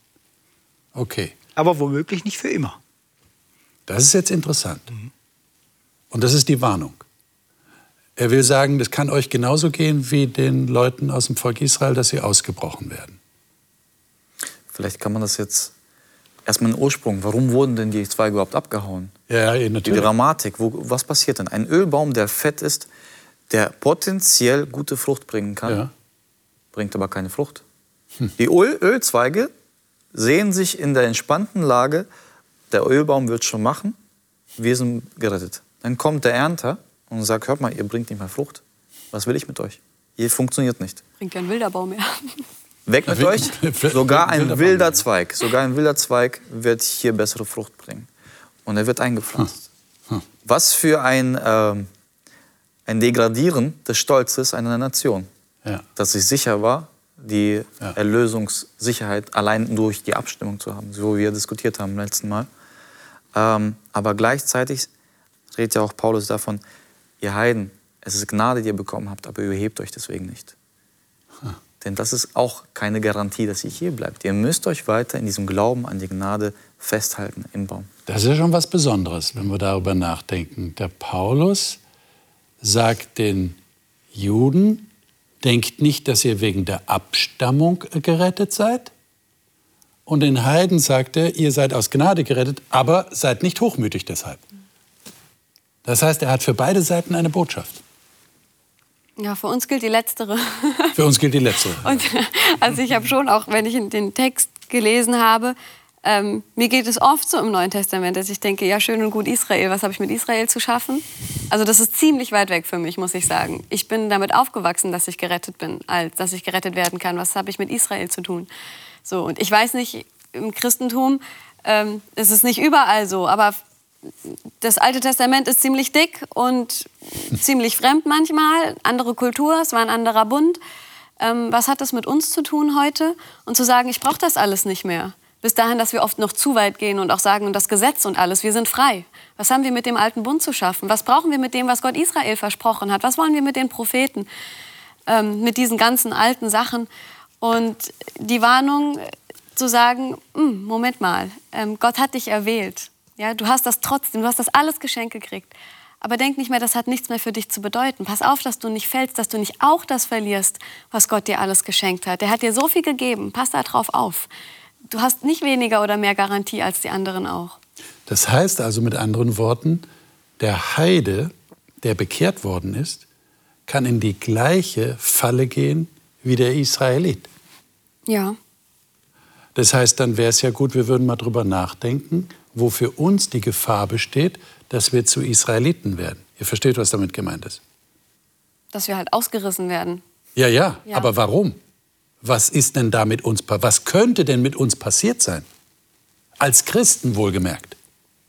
Speaker 2: Okay.
Speaker 4: Aber womöglich nicht für immer.
Speaker 2: Das ist jetzt interessant. Und das ist die Warnung. Er will sagen, das kann euch genauso gehen wie den Leuten aus dem Volk Israel, dass sie ausgebrochen werden.
Speaker 6: Vielleicht kann man das jetzt erstmal den Ursprung. Warum wurden denn die Zweige überhaupt abgehauen?
Speaker 2: Ja, natürlich.
Speaker 6: Die Dramatik. Was passiert denn? Ein Ölbaum, der fett ist, der potenziell gute Frucht bringen kann, bringt aber keine Frucht. Die Ölzweige sehen sich in der entspannten Lage, der Ölbaum wird schon machen, wir sind gerettet. Dann kommt der Ernter und sagt, hört mal, ihr bringt nicht mehr Frucht. Was will ich mit euch? Ihr funktioniert nicht.
Speaker 3: Bringt kein wilder Baum mehr.
Speaker 6: Weg mit euch. Sogar ein wilder Zweig wird hier bessere Frucht bringen. Und er wird eingepflanzt. Was für ein Degradieren des Stolzes einer Nation. Ja. Dass sich sicher war, die Erlösungssicherheit allein durch die Abstimmung zu haben, so wie wir diskutiert haben beim letzten Mal. Aber gleichzeitig redet ja auch Paulus davon, ihr Heiden, es ist Gnade, die ihr bekommen habt, aber überhebt euch deswegen nicht. Denn das ist auch keine Garantie, dass ihr hier bleibt. Ihr müsst euch weiter in diesem Glauben an die Gnade festhalten im Baum.
Speaker 2: Das ist ja schon was Besonderes, wenn wir darüber nachdenken. Der Paulus sagt den Juden, denkt nicht, dass ihr wegen der Abstammung gerettet seid. Und den Heiden sagt er, ihr seid aus Gnade gerettet, aber seid nicht hochmütig deshalb. Das heißt, er hat für beide Seiten eine Botschaft.
Speaker 3: Ja, für uns gilt die letztere.
Speaker 2: Für uns gilt die letztere.
Speaker 3: Und, also ich habe schon auch, wenn ich den Text gelesen habe, mir geht es oft so im Neuen Testament, dass ich denke, ja, schön und gut Israel, was habe ich mit Israel zu schaffen? Also das ist ziemlich weit weg für mich, muss ich sagen. Ich bin damit aufgewachsen, dass ich gerettet bin, dass ich gerettet werden kann. Was habe ich mit Israel zu tun? So, und ich weiß nicht, im Christentum ist es nicht überall so, aber das Alte Testament ist ziemlich dick und ziemlich fremd manchmal. Andere Kultur, es war ein anderer Bund. Was hat das mit uns zu tun heute? Und zu sagen, ich brauche das alles nicht mehr. Bis dahin, dass wir oft noch zu weit gehen und auch sagen, und das Gesetz und alles, wir sind frei. Was haben wir mit dem alten Bund zu schaffen? Was brauchen wir mit dem, was Gott Israel versprochen hat? Was wollen wir mit den Propheten? Mit diesen ganzen alten Sachen? Und die Warnung zu sagen, Moment mal, Gott hat dich erwählt. Ja, du hast das trotzdem, du hast das alles geschenkt gekriegt. Aber denk nicht mehr, das hat nichts mehr für dich zu bedeuten. Pass auf, dass du nicht fällst, dass du nicht auch das verlierst, was Gott dir alles geschenkt hat. Der hat dir so viel gegeben, pass da drauf auf. Du hast nicht weniger oder mehr Garantie als die anderen auch.
Speaker 2: Das heißt also mit anderen Worten, der Heide, der bekehrt worden ist, kann in die gleiche Falle gehen wie der Israelit.
Speaker 3: Ja.
Speaker 2: Das heißt, dann wäre es ja gut, wir würden mal drüber nachdenken, wo für uns die Gefahr besteht, dass wir zu Israeliten werden. Ihr versteht, was damit gemeint ist?
Speaker 3: Dass wir halt ausgerissen werden.
Speaker 2: Ja. Aber warum? Was ist denn da mit uns, was könnte denn mit uns passiert sein? Als Christen wohlgemerkt.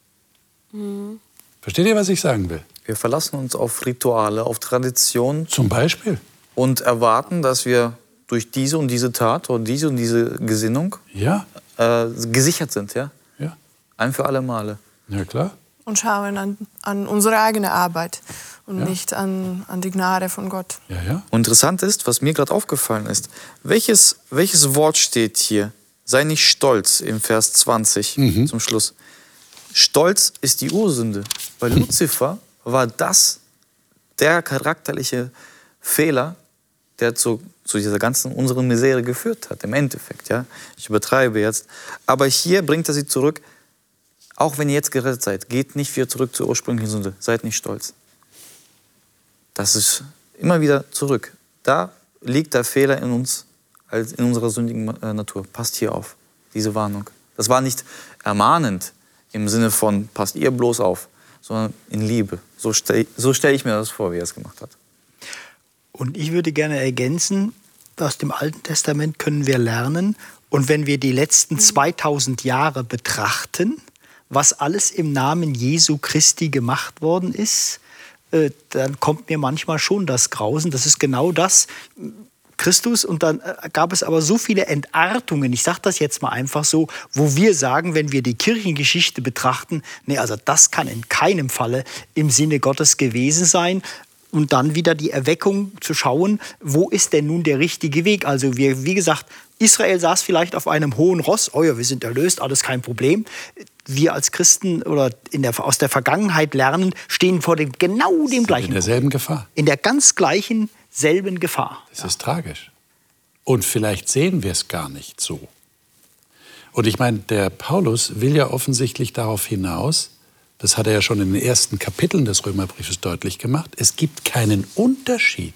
Speaker 2: Versteht ihr, was ich sagen will?
Speaker 6: Wir verlassen uns auf Rituale, auf Traditionen.
Speaker 2: Zum Beispiel.
Speaker 6: Und erwarten, dass wir durch diese und diese Tat oder diese und diese Gesinnung gesichert sind. Ja?
Speaker 2: Ja.
Speaker 6: Ein für alle Male.
Speaker 2: Ja, klar.
Speaker 5: Und schauen an unsere eigene Arbeit und nicht an die Gnade von Gott.
Speaker 2: Ja.
Speaker 6: Und interessant ist, was mir gerade aufgefallen ist, welches Wort steht hier? Sei nicht stolz im Vers 20 zum Schluss. Stolz ist die Ursünde. Bei Luzifer war das der charakterliche Fehler, der zu dieser ganzen unseren Misere geführt hat, im Endeffekt. Ja? Ich übertreibe jetzt. Aber hier bringt er sie zurück. Auch wenn ihr jetzt gerettet seid, geht nicht wieder zurück zur ursprünglichen Sünde. Seid nicht stolz. Das ist immer wieder zurück. Da liegt der Fehler in uns, in unserer sündigen Natur. Passt hier auf, diese Warnung. Das war nicht ermahnend im Sinne von, passt ihr bloß auf, sondern in Liebe. So stell ich mir das vor, wie er es gemacht hat.
Speaker 4: Und ich würde gerne ergänzen, aus dem Alten Testament können wir lernen. Und wenn wir die letzten 2000 Jahre betrachten, was alles im Namen Jesu Christi gemacht worden ist, dann kommt mir manchmal schon das Grausen. Das ist genau das, Christus. Und dann gab es aber so viele Entartungen, ich sage das jetzt mal einfach so, wo wir sagen, wenn wir die Kirchengeschichte betrachten, nee, also das kann in keinem Falle im Sinne Gottes gewesen sein. Und dann wieder die Erweckung zu schauen, wo ist denn nun der richtige Weg? Also wie gesagt, Israel saß vielleicht auf einem hohen Ross, oh ja, wir sind erlöst, alles kein Problem. Wir als Christen oder aus der Vergangenheit lernen, stehen vor genau dem gleichen.
Speaker 2: In derselben Gefahr.
Speaker 4: In der ganz gleichen, selben Gefahr.
Speaker 2: Das ist tragisch. Und vielleicht sehen wir es gar nicht so. Und ich meine, der Paulus will ja offensichtlich darauf hinaus, das hat er ja schon in den ersten Kapiteln des Römerbriefes deutlich gemacht, es gibt keinen Unterschied.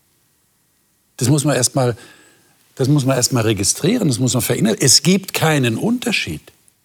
Speaker 2: Das muss man erst mal registrieren, das muss man verinnerlichen. Es gibt keinen Unterschied.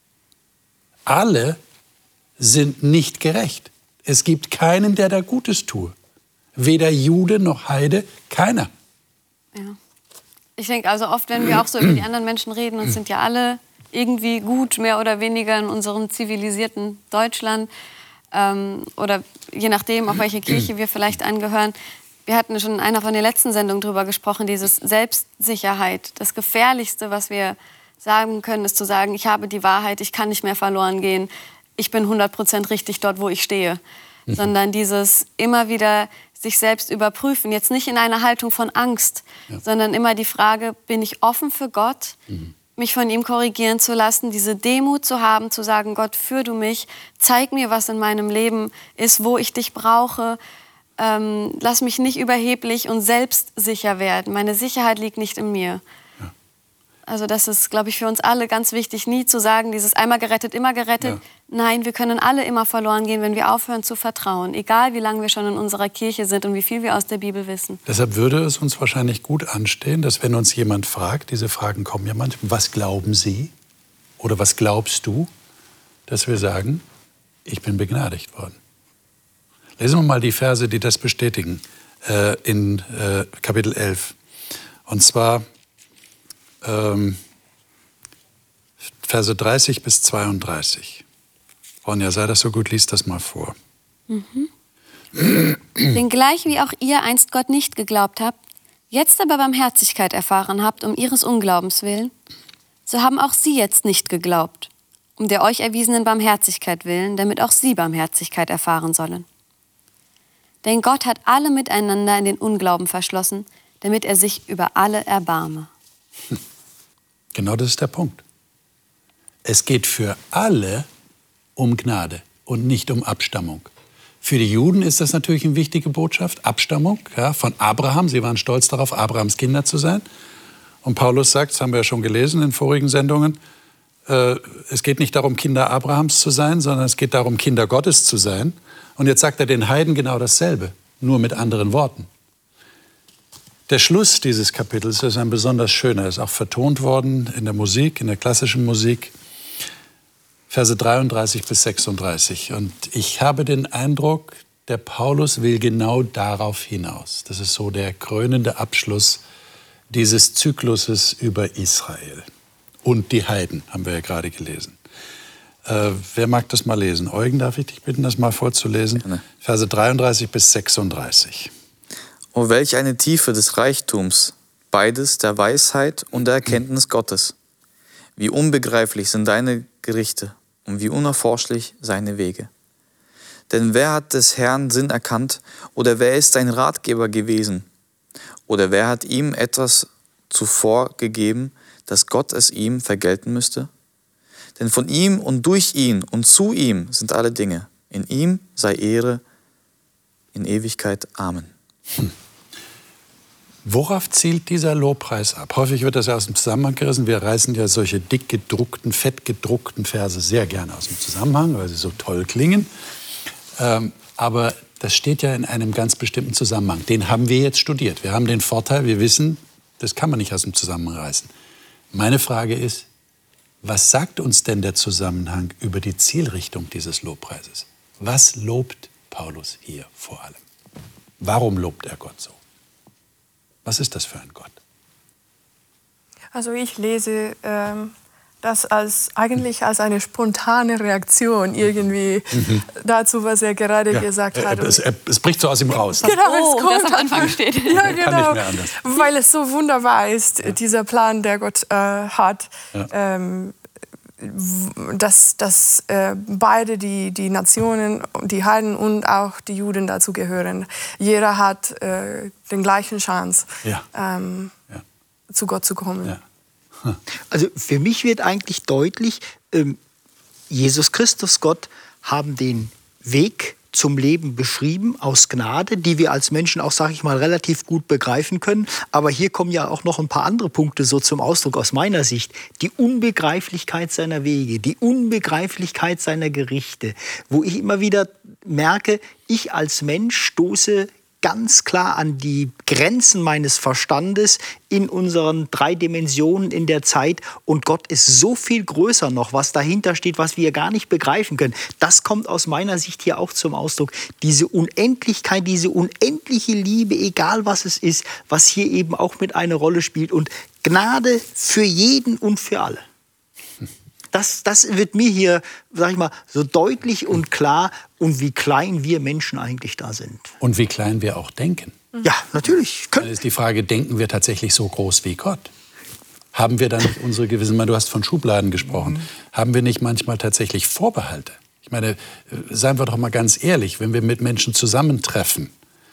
Speaker 2: Alle sind nicht gerecht. Es gibt keinen, der da Gutes tue. Weder Jude noch Heide, keiner.
Speaker 3: Ja. Ich denke also oft, wenn wir auch so über die anderen Menschen reden, und sind ja alle irgendwie gut, mehr oder weniger in unserem zivilisierten Deutschland oder je nachdem, auf welche Kirche wir vielleicht angehören. Wir hatten schon in einer von den letzten Sendungen darüber gesprochen, dieses Selbstsicherheit. Das Gefährlichste, was wir sagen können, ist zu sagen, ich habe die Wahrheit, ich kann nicht mehr verloren gehen, ich bin 100% richtig dort, wo ich stehe. Sondern dieses immer wieder sich selbst überprüfen, jetzt nicht in einer Haltung von Angst, sondern immer die Frage, bin ich offen für Gott, mich von ihm korrigieren zu lassen, diese Demut zu haben, zu sagen, Gott, führ du mich, zeig mir, was in meinem Leben ist, wo ich dich brauche, lass mich nicht überheblich und selbstsicher werden. Meine Sicherheit liegt nicht in mir. Ja. Also das ist, glaube ich, für uns alle ganz wichtig, nie zu sagen, dieses einmal gerettet, immer gerettet. Ja. Nein, wir können alle immer verloren gehen, wenn wir aufhören zu vertrauen. Egal, wie lange wir schon in unserer Kirche sind und wie viel wir aus der Bibel wissen.
Speaker 2: Deshalb würde es uns wahrscheinlich gut anstehen, dass wenn uns jemand fragt, diese Fragen kommen ja manchmal, was glauben Sie oder was glaubst du, dass wir sagen, ich bin begnadigt worden. Lesen wir mal die Verse, die das bestätigen, in Kapitel 11. Und zwar Verse 30 bis 32. Ronja, sei das so gut, lies das mal vor.
Speaker 3: Denn gleich wie auch ihr einst Gott nicht geglaubt habt, jetzt aber Barmherzigkeit erfahren habt um ihres Unglaubens willen, so haben auch sie jetzt nicht geglaubt, um der euch erwiesenen Barmherzigkeit willen, damit auch sie Barmherzigkeit erfahren sollen. Denn Gott hat alle miteinander in den Unglauben verschlossen, damit er sich über alle erbarme.
Speaker 2: Genau das ist der Punkt. Es geht für alle um Gnade und nicht um Abstammung. Für die Juden ist das natürlich eine wichtige Botschaft, Abstammung, ja, von Abraham. Sie waren stolz darauf, Abrahams Kinder zu sein. Und Paulus sagt, das haben wir ja schon gelesen in vorigen Sendungen, es geht nicht darum, Kinder Abrahams zu sein, sondern es geht darum, Kinder Gottes zu sein. Und jetzt sagt er den Heiden genau dasselbe, nur mit anderen Worten. Der Schluss dieses Kapitels ist ein besonders schöner, ist auch vertont worden in der Musik, in der klassischen Musik. Verse 33 bis 36. Und ich habe den Eindruck, der Paulus will genau darauf hinaus. Das ist so der krönende Abschluss dieses Zykluses über Israel. Und die Heiden, haben wir ja gerade gelesen. Wer mag das mal lesen? Eugen, darf ich dich bitten, das mal vorzulesen? Gerne. Verse 33 bis 36.
Speaker 6: Oh, welch eine Tiefe des Reichtums, beides der Weisheit und der Erkenntnis Gottes. Wie unbegreiflich sind deine Gerichte und wie unerforschlich seine Wege. Denn wer hat des Herrn Sinn erkannt oder wer ist sein Ratgeber gewesen? Oder wer hat ihm etwas zuvor gegeben, dass Gott es ihm vergelten müsste? Denn von ihm und durch ihn und zu ihm sind alle Dinge. In ihm sei Ehre in Ewigkeit. Amen.
Speaker 2: Worauf zielt dieser Lobpreis ab? Häufig wird das ja aus dem Zusammenhang gerissen. Wir reißen ja solche dick gedruckten, fett gedruckten Verse sehr gerne aus dem Zusammenhang, weil sie so toll klingen. Aber das steht ja in einem ganz bestimmten Zusammenhang. Den haben wir jetzt studiert. Wir haben den Vorteil, wir wissen, das kann man nicht aus dem Zusammenhang reißen. Meine Frage ist, was sagt uns denn der Zusammenhang über die Zielrichtung dieses Lobpreises? Was lobt Paulus hier vor allem? Warum lobt er Gott so? Was ist das für ein Gott?
Speaker 5: Also ich lese das eigentlich als eine spontane Reaktion irgendwie dazu, was er gerade gesagt hat.
Speaker 2: Es bricht so aus ihm raus.
Speaker 5: Genau, es kommt
Speaker 3: das am Anfang steht.
Speaker 5: Ja, genau.
Speaker 2: Kann nicht mehr anders.
Speaker 5: Weil es so wunderbar ist, dieser Plan, der Gott hat.
Speaker 2: Ja.
Speaker 5: Dass beide die Nationen, die Heiden und auch die Juden dazu gehören. Jeder hat den gleichen Chance, zu Gott zu kommen.
Speaker 2: Ja.
Speaker 4: Also für mich wird eigentlich deutlich, Jesus Christus, Gott, haben den Weg zum Leben beschrieben aus Gnade, die wir als Menschen auch, sage ich mal, relativ gut begreifen können. Aber hier kommen ja auch noch ein paar andere Punkte so zum Ausdruck aus meiner Sicht. Die Unbegreiflichkeit seiner Wege, die Unbegreiflichkeit seiner Gerichte, wo ich immer wieder merke, ich als Mensch stoße ganz klar an die Grenzen meines Verstandes in unseren 3 Dimensionen in der Zeit. Und Gott ist so viel größer noch, was dahinter steht, was wir gar nicht begreifen können. Das kommt aus meiner Sicht hier auch zum Ausdruck. Diese Unendlichkeit, diese unendliche Liebe, egal was es ist, was hier eben auch mit einer Rolle spielt. Und Gnade für jeden und für alle. Das wird mir hier, sag ich mal, so deutlich und klar, und wie klein wir Menschen eigentlich da sind.
Speaker 2: Und wie klein wir auch denken.
Speaker 4: Ja, natürlich.
Speaker 2: Dann ist die Frage, denken wir tatsächlich so groß wie Gott? Haben wir dann nicht unsere Gewissen, du hast von Schubladen gesprochen, haben wir nicht manchmal tatsächlich Vorbehalte? Ich meine, seien wir doch mal ganz ehrlich, wenn wir mit Menschen zusammentreffen,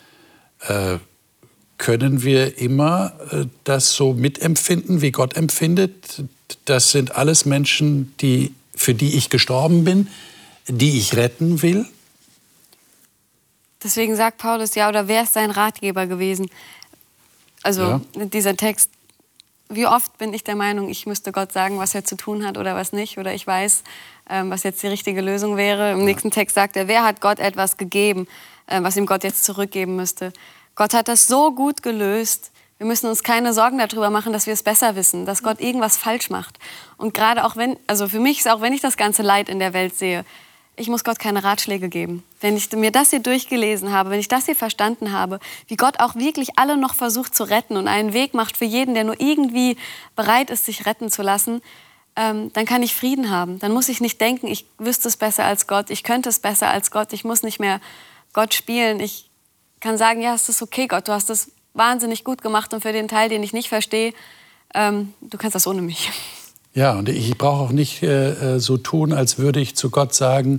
Speaker 2: können wir immer das so mitempfinden, wie Gott empfindet? Das sind alles Menschen, für die ich gestorben bin, die ich retten will.
Speaker 3: Deswegen sagt Paulus, ja, oder wer ist sein Ratgeber gewesen? Also dieser Text, wie oft bin ich der Meinung, ich müsste Gott sagen, was er zu tun hat oder was nicht, oder ich weiß, was jetzt die richtige Lösung wäre. Im nächsten Text sagt er, wer hat Gott etwas gegeben, was ihm Gott jetzt zurückgeben müsste? Gott hat das so gut gelöst. Wir müssen uns keine Sorgen darüber machen, dass wir es besser wissen, dass Gott irgendwas falsch macht. Und gerade auch wenn, also für mich ist auch, wenn ich das ganze Leid in der Welt sehe, ich muss Gott keine Ratschläge geben. Wenn ich mir das hier durchgelesen habe, wenn ich das hier verstanden habe, wie Gott auch wirklich alle noch versucht zu retten und einen Weg macht für jeden, der nur irgendwie bereit ist, sich retten zu lassen, dann kann ich Frieden haben. Dann muss ich nicht denken, ich wüsste es besser als Gott, ich könnte es besser als Gott, ich muss nicht mehr Gott spielen. Ich kann sagen, ja, es ist okay, Gott, du hast das wahnsinnig gut gemacht und für den Teil, den ich nicht verstehe, du kannst das ohne mich.
Speaker 2: Ja, und ich brauche auch nicht so tun, als würde ich zu Gott sagen,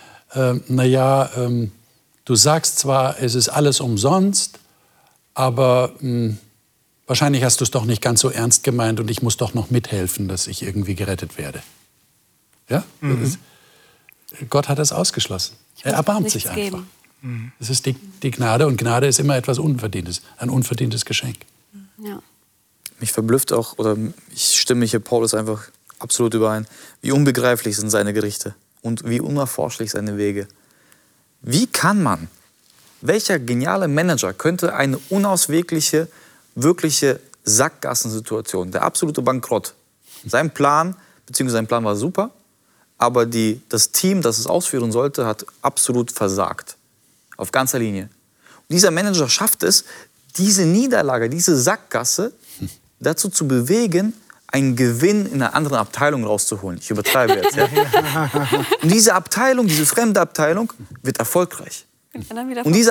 Speaker 2: du sagst zwar, es ist alles umsonst, aber wahrscheinlich hast du es doch nicht ganz so ernst gemeint und ich muss doch noch mithelfen, dass ich irgendwie gerettet werde. Ja? Gott hat das ausgeschlossen. Er erbarmt sich einfach. Es ist die Gnade und Gnade ist immer etwas Unverdientes, ein unverdientes Geschenk.
Speaker 3: Ja.
Speaker 6: Mich verblüfft auch, oder ich stimme hier Paulus einfach absolut überein, wie unbegreiflich sind seine Gerichte und wie unerforschlich seine Wege. Wie kann man, welcher geniale Manager könnte eine unauswegliche, wirkliche Sackgassensituation, der absolute Bankrott, sein Plan war super, aber das Team, das es ausführen sollte, hat absolut versagt. Auf ganzer Linie. Und dieser Manager schafft es, diese Niederlage, diese Sackgasse dazu zu bewegen, einen Gewinn in einer anderen Abteilung rauszuholen. Ich übertreibe jetzt. Ja? Und diese Abteilung, diese fremde Abteilung, wird erfolgreich. Und diese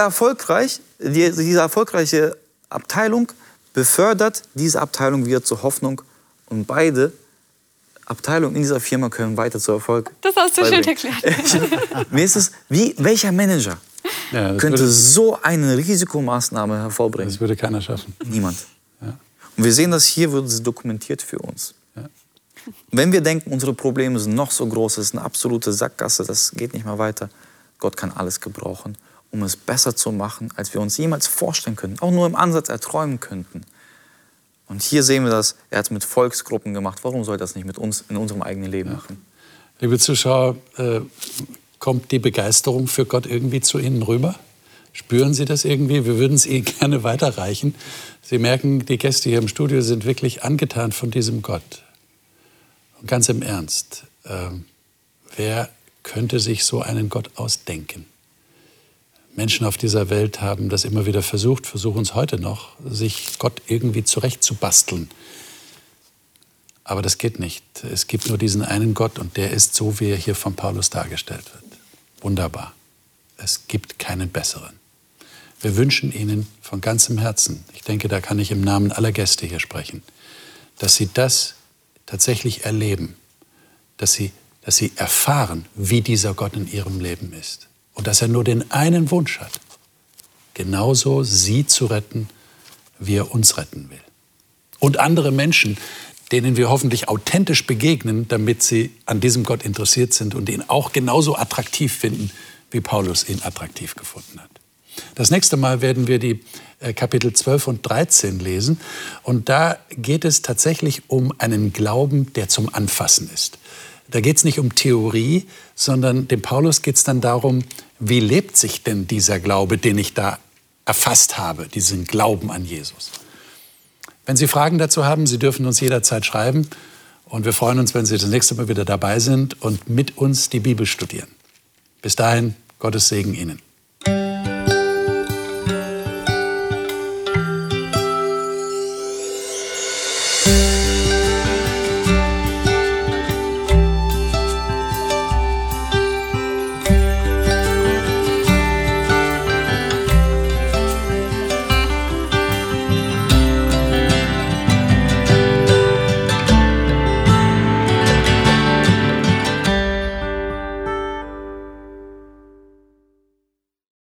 Speaker 6: erfolgreiche Abteilung befördert diese Abteilung wieder zur Hoffnung. Und beide Abteilungen in dieser Firma können weiter zu Erfolg.
Speaker 3: Das hast du schön erklärt.
Speaker 6: Mir ist es, welcher Manager könnte so eine Risikomaßnahme hervorbringen?
Speaker 2: Das würde keiner schaffen.
Speaker 6: Niemand. Ja. Und wir sehen das hier, wird es dokumentiert für uns. Ja. Wenn wir denken, unsere Probleme sind noch so groß, es ist eine absolute Sackgasse, das geht nicht mehr weiter. Gott kann alles gebrauchen, um es besser zu machen, als wir uns jemals vorstellen könnten, auch nur im Ansatz erträumen könnten. Und hier sehen wir das, er hat es mit Volksgruppen gemacht. Warum soll er das nicht mit uns in unserem eigenen Leben machen?
Speaker 2: Liebe Zuschauer, kommt die Begeisterung für Gott irgendwie zu Ihnen rüber? Spüren Sie das irgendwie? Wir würden es Ihnen gerne weiterreichen. Sie merken, die Gäste hier im Studio sind wirklich angetan von diesem Gott. Und ganz im Ernst, wer könnte sich so einen Gott ausdenken? Menschen auf dieser Welt haben das immer wieder versuchen es heute noch, sich Gott irgendwie zurechtzubasteln. Aber das geht nicht. Es gibt nur diesen einen Gott und der ist so, wie er hier von Paulus dargestellt wird. Wunderbar. Es gibt keinen besseren. Wir wünschen Ihnen von ganzem Herzen, ich denke, da kann ich im Namen aller Gäste hier sprechen, dass Sie das tatsächlich erleben, dass Sie erfahren, wie dieser Gott in Ihrem Leben ist. Und dass er nur den einen Wunsch hat, genauso Sie zu retten, wie er uns retten will. Und andere Menschen, denen wir hoffentlich authentisch begegnen, damit sie an diesem Gott interessiert sind und ihn auch genauso attraktiv finden, wie Paulus ihn attraktiv gefunden hat. Das nächste Mal werden wir die Kapitel 12 und 13 lesen. Und da geht es tatsächlich um einen Glauben, der zum Anfassen ist. Da geht es nicht um Theorie, sondern dem Paulus geht es dann darum, wie lebt sich denn dieser Glaube, den ich da erfasst habe, diesen Glauben an Jesus. Wenn Sie Fragen dazu haben, Sie dürfen uns jederzeit schreiben. Und wir freuen uns, wenn Sie das nächste Mal wieder dabei sind und mit uns die Bibel studieren. Bis dahin, Gottes Segen Ihnen.